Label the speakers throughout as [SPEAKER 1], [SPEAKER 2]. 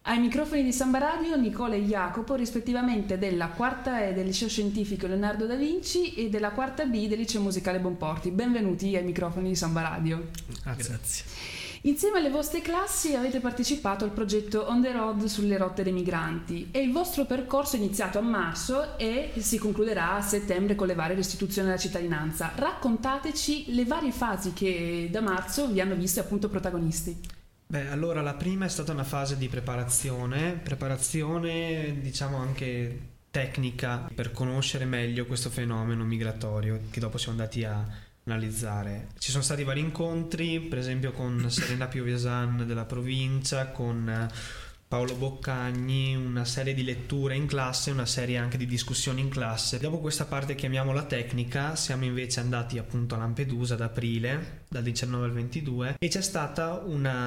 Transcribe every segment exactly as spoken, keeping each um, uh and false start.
[SPEAKER 1] Ai microfoni di Samba Radio Nicola e Jacopo, rispettivamente della quarta E del Liceo Scientifico Leonardo da Vinci e della quarta B del Liceo Musicale Bonporti. Benvenuti ai microfoni di Samba Radio.
[SPEAKER 2] Ah, grazie.
[SPEAKER 1] Insieme alle vostre classi avete partecipato al progetto On the Road sulle rotte dei migranti e il vostro percorso è iniziato a marzo e si concluderà a settembre con le varie restituzioni della cittadinanza. Raccontateci le varie fasi che da marzo vi hanno visto appunto protagonisti.
[SPEAKER 2] Beh, allora la prima è stata una fase di preparazione, preparazione diciamo anche tecnica per conoscere meglio questo fenomeno migratorio che dopo siamo andati a analizzare. Ci sono stati vari incontri, per esempio con Serena Piovesan della provincia, con Paolo Boccagni, una serie di letture in classe, una serie anche di discussioni in classe. Dopo questa parte chiamiamola tecnica, siamo invece andati appunto a Lampedusa ad aprile, dal diciannove al ventidue, e c'è stata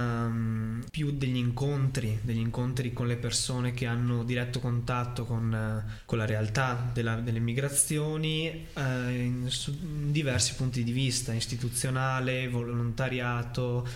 [SPEAKER 2] una più degli incontri, degli incontri con le persone che hanno diretto contatto con, con la realtà della, delle migrazioni eh, in, su, in diversi punti di vista, istituzionale, volontariato,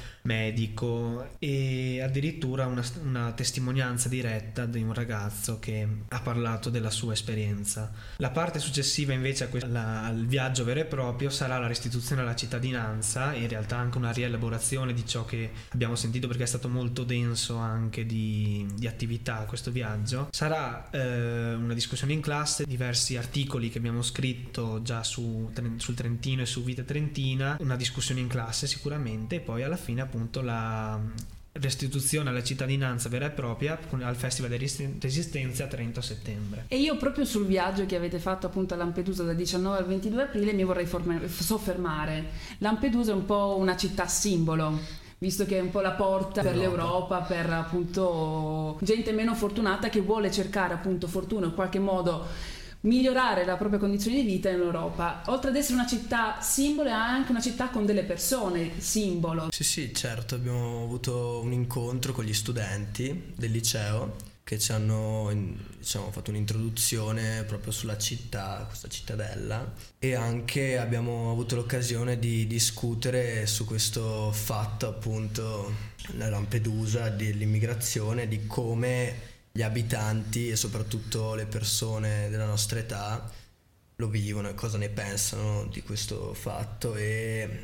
[SPEAKER 2] medico e addirittura una, una testimonianza diretta di un ragazzo che ha parlato della sua esperienza. La parte successiva invece a questo, la, al viaggio vero e proprio sarà la restituzione alla cittadinanza, in realtà anche una rielaborazione di ciò che abbiamo sentito perché è stato molto denso anche di, di attività questo viaggio. Sarà eh, una discussione in classe, diversi articoli che abbiamo scritto già su, sul Trentino e su Vita Trentina, una discussione in classe sicuramente e poi alla fine appunto la restituzione alla cittadinanza vera e propria al Festival di Resistenza a Trento a settembre.
[SPEAKER 1] E io proprio sul viaggio che avete fatto appunto a Lampedusa dal diciannove al ventidue aprile mi vorrei soffermare. Lampedusa è un po' una città simbolo, visto che è un po' la porta per l'Europa, per appunto gente meno fortunata che vuole cercare appunto fortuna in qualche modo migliorare la propria condizione di vita in Europa. Oltre ad essere una città simbolo è anche una città con delle persone simbolo.
[SPEAKER 3] Sì sì, certo, abbiamo avuto un incontro con gli studenti del liceo che ci hanno diciamo fatto un'introduzione proprio sulla città, questa cittadella, e anche abbiamo avuto l'occasione di discutere su questo fatto appunto la Lampedusa, dell'immigrazione, di come gli abitanti e soprattutto le persone della nostra età lo vivono e cosa ne pensano di questo fatto. E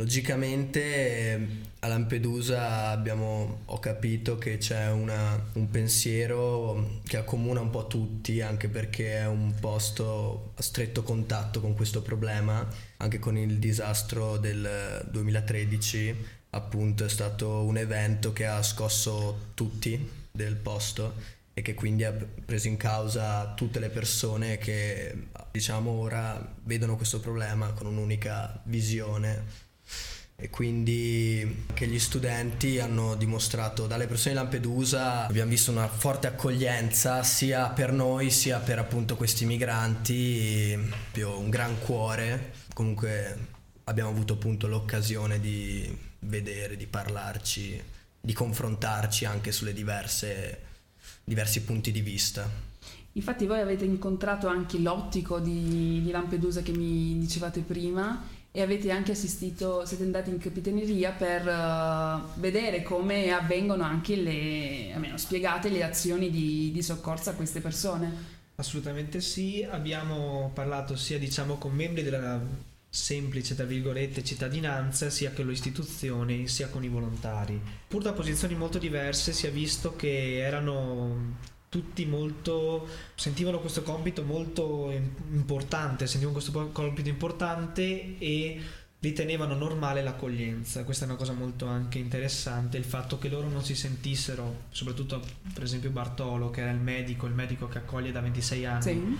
[SPEAKER 3] logicamente a Lampedusa abbiamo, ho capito che c'è una, un pensiero che accomuna un po' tutti, anche perché è un posto a stretto contatto con questo problema. Anche con il disastro del duemilatredici appunto è stato un evento che ha scosso tutti del posto e che quindi ha preso in causa tutte le persone che diciamo ora vedono questo problema con un'unica visione. E quindi che gli studenti hanno dimostrato, dalle persone di Lampedusa abbiamo visto una forte accoglienza sia per noi sia per appunto questi migranti, proprio un gran cuore. Comunque abbiamo avuto appunto l'occasione di vedere, di parlarci, di confrontarci anche sulle diverse diversi punti di vista.
[SPEAKER 1] Infatti voi avete incontrato anche l'ottico di, di Lampedusa che mi dicevate prima e avete anche assistito, siete andati in capitaneria per uh, vedere come avvengono anche le, almeno spiegate le azioni di, di soccorso a queste persone.
[SPEAKER 2] Assolutamente sì, abbiamo parlato sia diciamo con membri della semplice tra virgolette cittadinanza sia con le istituzioni sia con i volontari. Pur da posizioni molto diverse si è visto che erano tutti molto, sentivano questo compito molto importante, sentivano questo compito importante e ritenevano normale l'accoglienza. Questa è una cosa molto anche interessante, il fatto che loro non si sentissero, soprattutto per esempio Bartolo che era il medico, il medico che accoglie da ventisei anni.
[SPEAKER 1] Sì.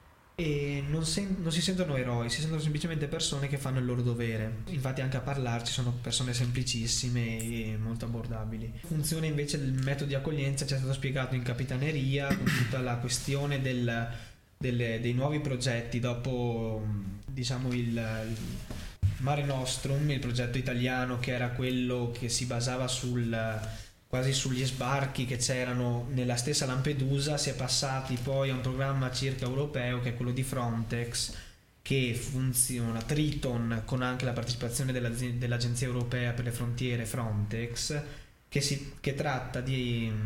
[SPEAKER 2] E non, sen- non si sentono eroi, si sentono semplicemente persone che fanno il loro dovere. Infatti anche a parlarci sono persone semplicissime e molto abbordabili. Funzione invece del metodo di accoglienza ci è stato spiegato in capitaneria con tutta la questione del, delle, dei nuovi progetti dopo diciamo il, il Mare Nostrum, il progetto italiano che era quello che si basava sul quasi sugli sbarchi che c'erano nella stessa Lampedusa. Si è passati poi a un programma circa europeo che è quello di Frontex, che funziona, Triton, con anche la partecipazione della, dell'Agenzia Europea per le Frontiere Frontex, che, si, che tratta di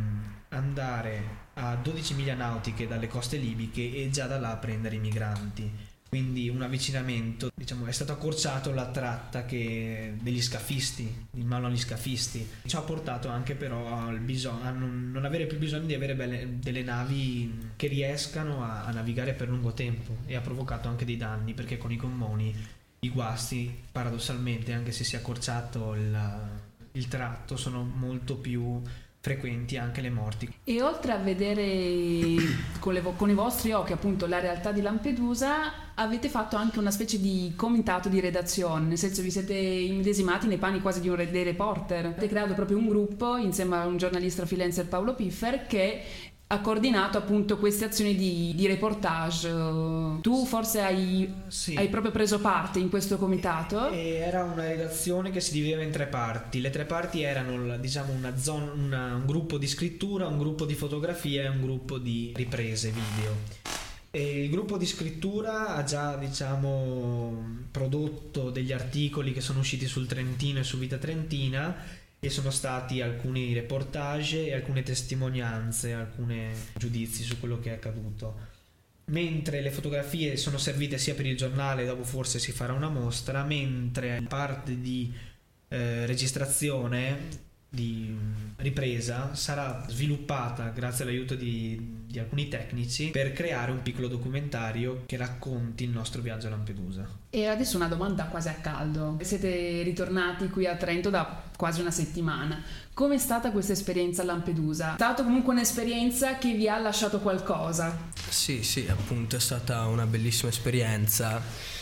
[SPEAKER 2] andare a dodici miglia nautiche dalle coste libiche e già da là prendere i migranti. Quindi un avvicinamento, diciamo, è stato accorciato la tratta che degli scafisti, in mano agli scafisti. Ci ha portato anche però al bisogno, a non, non avere più bisogno di avere belle, delle navi che riescano a, a navigare per lungo tempo, e ha provocato anche dei danni, perché con i gommoni i guasti, paradossalmente, anche se si è accorciato il, il tratto, sono molto più frequenti anche le morti.
[SPEAKER 1] E oltre a vedere con, le, con i vostri occhi appunto la realtà di Lampedusa, avete fatto anche una specie di comitato di redazione, nel senso vi siete immedesimati nei panni quasi di un dei reporter. Avete creato proprio un gruppo insieme a un giornalista freelancer, Paolo Piffer, che ha coordinato appunto queste azioni di, di reportage. Tu forse hai,
[SPEAKER 2] sì.
[SPEAKER 1] hai proprio preso parte in questo comitato?
[SPEAKER 2] E era una redazione che si divideva in tre parti. Le tre parti erano, diciamo, una zona, una, un gruppo di scrittura, un gruppo di fotografia e un gruppo di riprese video. E il gruppo di scrittura ha già, diciamo, prodotto degli articoli che sono usciti sul Trentino e su Vita Trentina, e sono stati alcuni reportage e alcune testimonianze, alcuni giudizi su quello che è accaduto. Mentre le fotografie sono servite sia per il giornale, dopo forse si farà una mostra, mentre la parte di eh, registrazione, di ripresa, sarà sviluppata grazie all'aiuto di, di alcuni tecnici per creare un piccolo documentario che racconti il nostro viaggio a Lampedusa.
[SPEAKER 1] E adesso una domanda quasi a caldo. Siete ritornati qui a Trento da quasi una settimana. Com'è stata questa esperienza a Lampedusa? È stata comunque un'esperienza che vi ha lasciato qualcosa?
[SPEAKER 3] Sì, sì, appunto è stata una bellissima esperienza.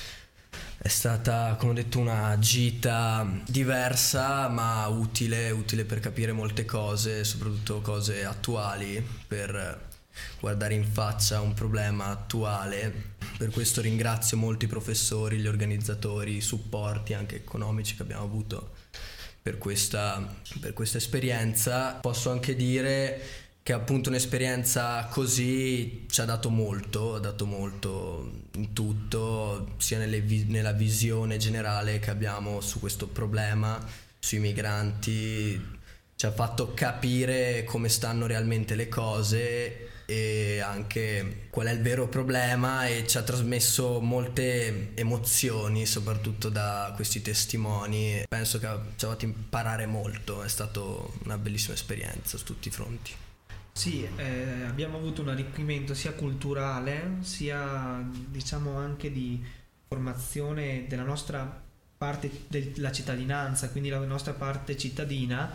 [SPEAKER 3] È stata, come ho detto, una gita diversa ma utile, utile per capire molte cose, soprattutto cose attuali, per guardare in faccia un problema attuale. Per questo ringrazio molti professori, gli organizzatori, i supporti anche economici che abbiamo avuto per questa, per questa esperienza. Posso anche dire che appunto un'esperienza così ci ha dato molto, ha dato molto in tutto, sia nelle vi- nella visione generale che abbiamo su questo problema, sui migranti, ci ha fatto capire come stanno realmente le cose e anche qual è il vero problema, e ci ha trasmesso molte emozioni, soprattutto da questi testimoni. Penso che ci ha fatto imparare molto, è stata una bellissima esperienza su tutti i fronti.
[SPEAKER 2] Sì, eh, abbiamo avuto un arricchimento sia culturale, sia, diciamo, anche di formazione della nostra parte della cittadinanza, quindi la nostra parte cittadina,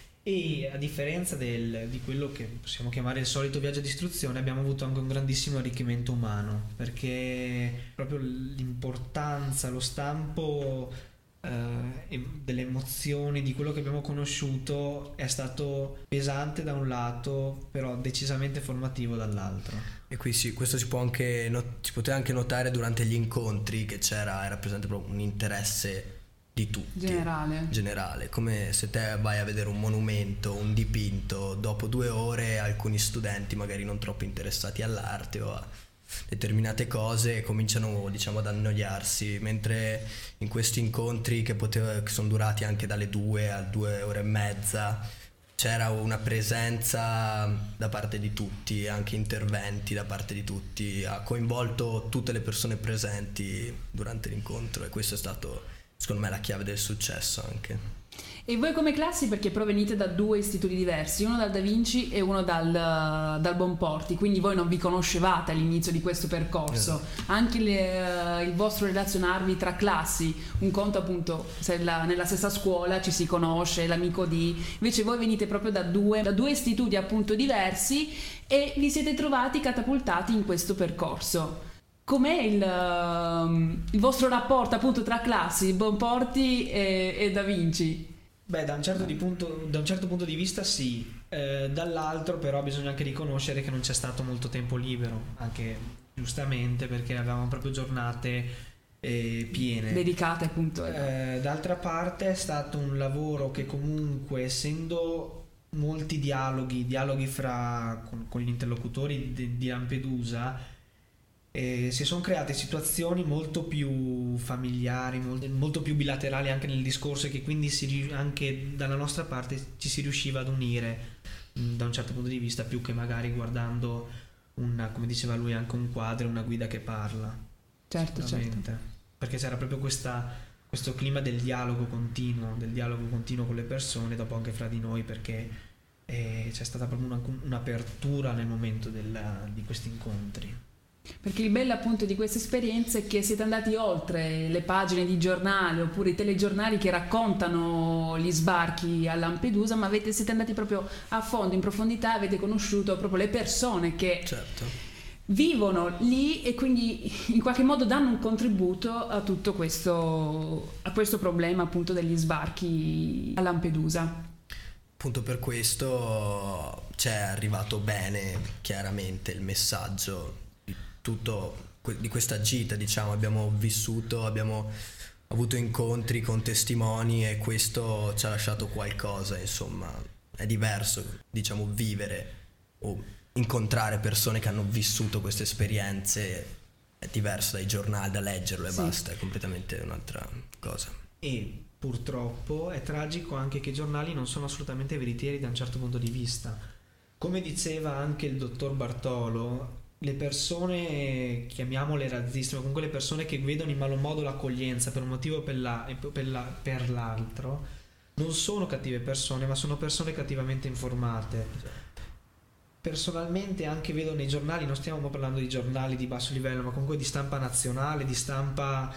[SPEAKER 2] e a differenza del, di quello che possiamo chiamare il solito viaggio di istruzione, abbiamo avuto anche un grandissimo arricchimento umano, perché proprio l'importanza, lo stampo eh, delle emozioni, di quello che abbiamo conosciuto è stato pesante da un lato, però decisamente formativo dall'altro.
[SPEAKER 3] E qui sì, questo si può anche not- si poteva anche notare durante gli incontri, che c'era, era presente proprio un interesse di tutti,
[SPEAKER 1] generale.
[SPEAKER 3] generale, come se te vai a vedere un monumento, un dipinto, dopo due ore alcuni studenti magari non troppo interessati all'arte o a determinate cose cominciano, diciamo, ad annoiarsi, mentre in questi incontri che, poteva, che sono durati anche dalle due a due ore e mezza, c'era una presenza da parte di tutti, anche interventi da parte di tutti, ha coinvolto tutte le persone presenti durante l'incontro, e questo è stato, secondo me, la chiave del successo anche.
[SPEAKER 1] E voi come classi, perché provenite da due istituti diversi, uno dal Da Vinci e uno dal, dal Bonporti, quindi voi non vi conoscevate all'inizio di questo percorso. Esatto. Anche le, il vostro relazionarvi tra classi, un conto appunto se la, nella stessa scuola ci si conosce, l'amico di, invece voi venite proprio da due, da due istituti appunto diversi e vi siete trovati catapultati in questo percorso. Com'è il, il vostro rapporto appunto tra classi, Bonporti e, e Da Vinci?
[SPEAKER 2] Beh, da un certo, di punto, da un certo punto di vista sì, eh, dall'altro però bisogna anche riconoscere che non c'è stato molto tempo libero, anche giustamente perché avevamo proprio giornate eh, piene.
[SPEAKER 1] Dedicate appunto.
[SPEAKER 2] Eh, d'altra parte è stato un lavoro che comunque, essendo molti dialoghi, dialoghi fra con, con gli interlocutori di, di Lampedusa, E si sono create situazioni molto più familiari, molto, molto più bilaterali anche nel discorso, e che quindi si, anche dalla nostra parte ci si riusciva ad unire mh, da un certo punto di vista, più che magari guardando una, come diceva lui, anche un quadro, una guida che parla.
[SPEAKER 1] Certo, certo.
[SPEAKER 2] Perché c'era proprio questa, questo clima del dialogo continuo, del dialogo continuo con le persone, dopo anche fra di noi, perché eh, c'è stata proprio una, un'apertura nel momento della, di questi incontri.
[SPEAKER 1] Perché il bello appunto di questa esperienza è che siete andati oltre le pagine di giornali oppure i telegiornali che raccontano gli sbarchi a Lampedusa, ma avete, siete andati proprio a fondo, in profondità, avete conosciuto proprio le persone che
[SPEAKER 3] certo.
[SPEAKER 1] vivono lì e quindi in qualche modo danno un contributo a tutto questo, a questo problema appunto degli sbarchi a Lampedusa.
[SPEAKER 3] Appunto per questo ci è arrivato bene chiaramente il messaggio tutto di questa gita, diciamo, abbiamo vissuto, abbiamo avuto incontri con testimoni e questo ci ha lasciato qualcosa, insomma, è diverso, diciamo, vivere o incontrare persone che hanno vissuto queste esperienze è diverso dai giornali, da leggerlo e sì. Basta, è completamente un'altra cosa.
[SPEAKER 2] E purtroppo è tragico anche che i giornali non sono assolutamente veritieri da un certo punto di vista. Come diceva anche il dottor Bartolo, le persone, chiamiamole razziste, ma comunque le persone che vedono in malo modo l'accoglienza per un motivo o per, la, per, la, per l'altro, non sono cattive persone, ma sono persone cattivamente informate. Personalmente anche vedo nei giornali, non stiamo parlando di giornali di basso livello, ma comunque di stampa nazionale, di stampa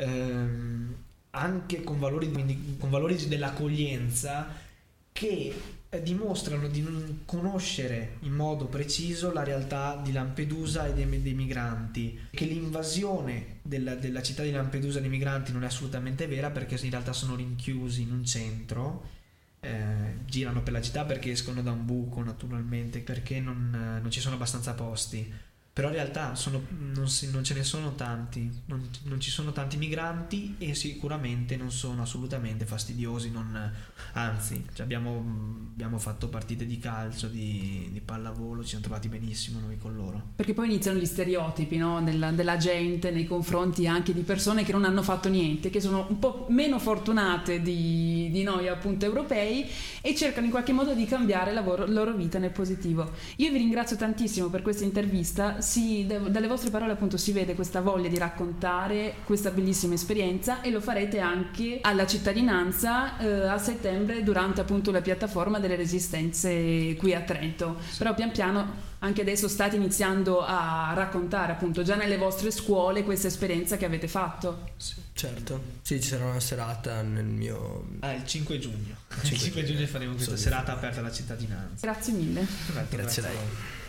[SPEAKER 2] ehm, anche con valori, quindi, con valori dell'accoglienza, che dimostrano di non conoscere in modo preciso la realtà di Lampedusa e dei, dei migranti, che l'invasione della, della città di Lampedusa dei migranti non è assolutamente vera, perché in realtà sono rinchiusi in un centro, eh, girano per la città perché escono da un buco naturalmente, perché non, non ci sono abbastanza posti, però in realtà sono, non, si, non ce ne sono tanti, non, non ci sono tanti migranti e sicuramente non sono assolutamente fastidiosi, non, anzi cioè abbiamo, abbiamo fatto partite di calcio, di, di pallavolo, ci siamo trovati benissimo noi con loro.
[SPEAKER 1] Perché poi iniziano gli stereotipi, no? della, della gente nei confronti anche di persone che non hanno fatto niente, che sono un po' meno fortunate di, di noi appunto europei e cercano in qualche modo di cambiare la loro, loro vita nel positivo. Io vi ringrazio tantissimo per questa intervista. Si, dalle vostre parole appunto si vede questa voglia di raccontare questa bellissima esperienza e lo farete anche alla cittadinanza eh, a settembre durante appunto la piattaforma delle resistenze qui a Trento. Sì. Però pian piano anche adesso state iniziando a raccontare appunto già nelle vostre scuole questa esperienza che avete fatto.
[SPEAKER 3] Sì, certo, sì, ci sarà una serata nel mio...
[SPEAKER 2] Ah, il cinque giugno. Il cinque giugno faremo questa serata aperta alla cittadinanza.
[SPEAKER 1] Grazie mille.
[SPEAKER 2] Perfetto,
[SPEAKER 3] grazie,
[SPEAKER 2] grazie
[SPEAKER 3] a lei.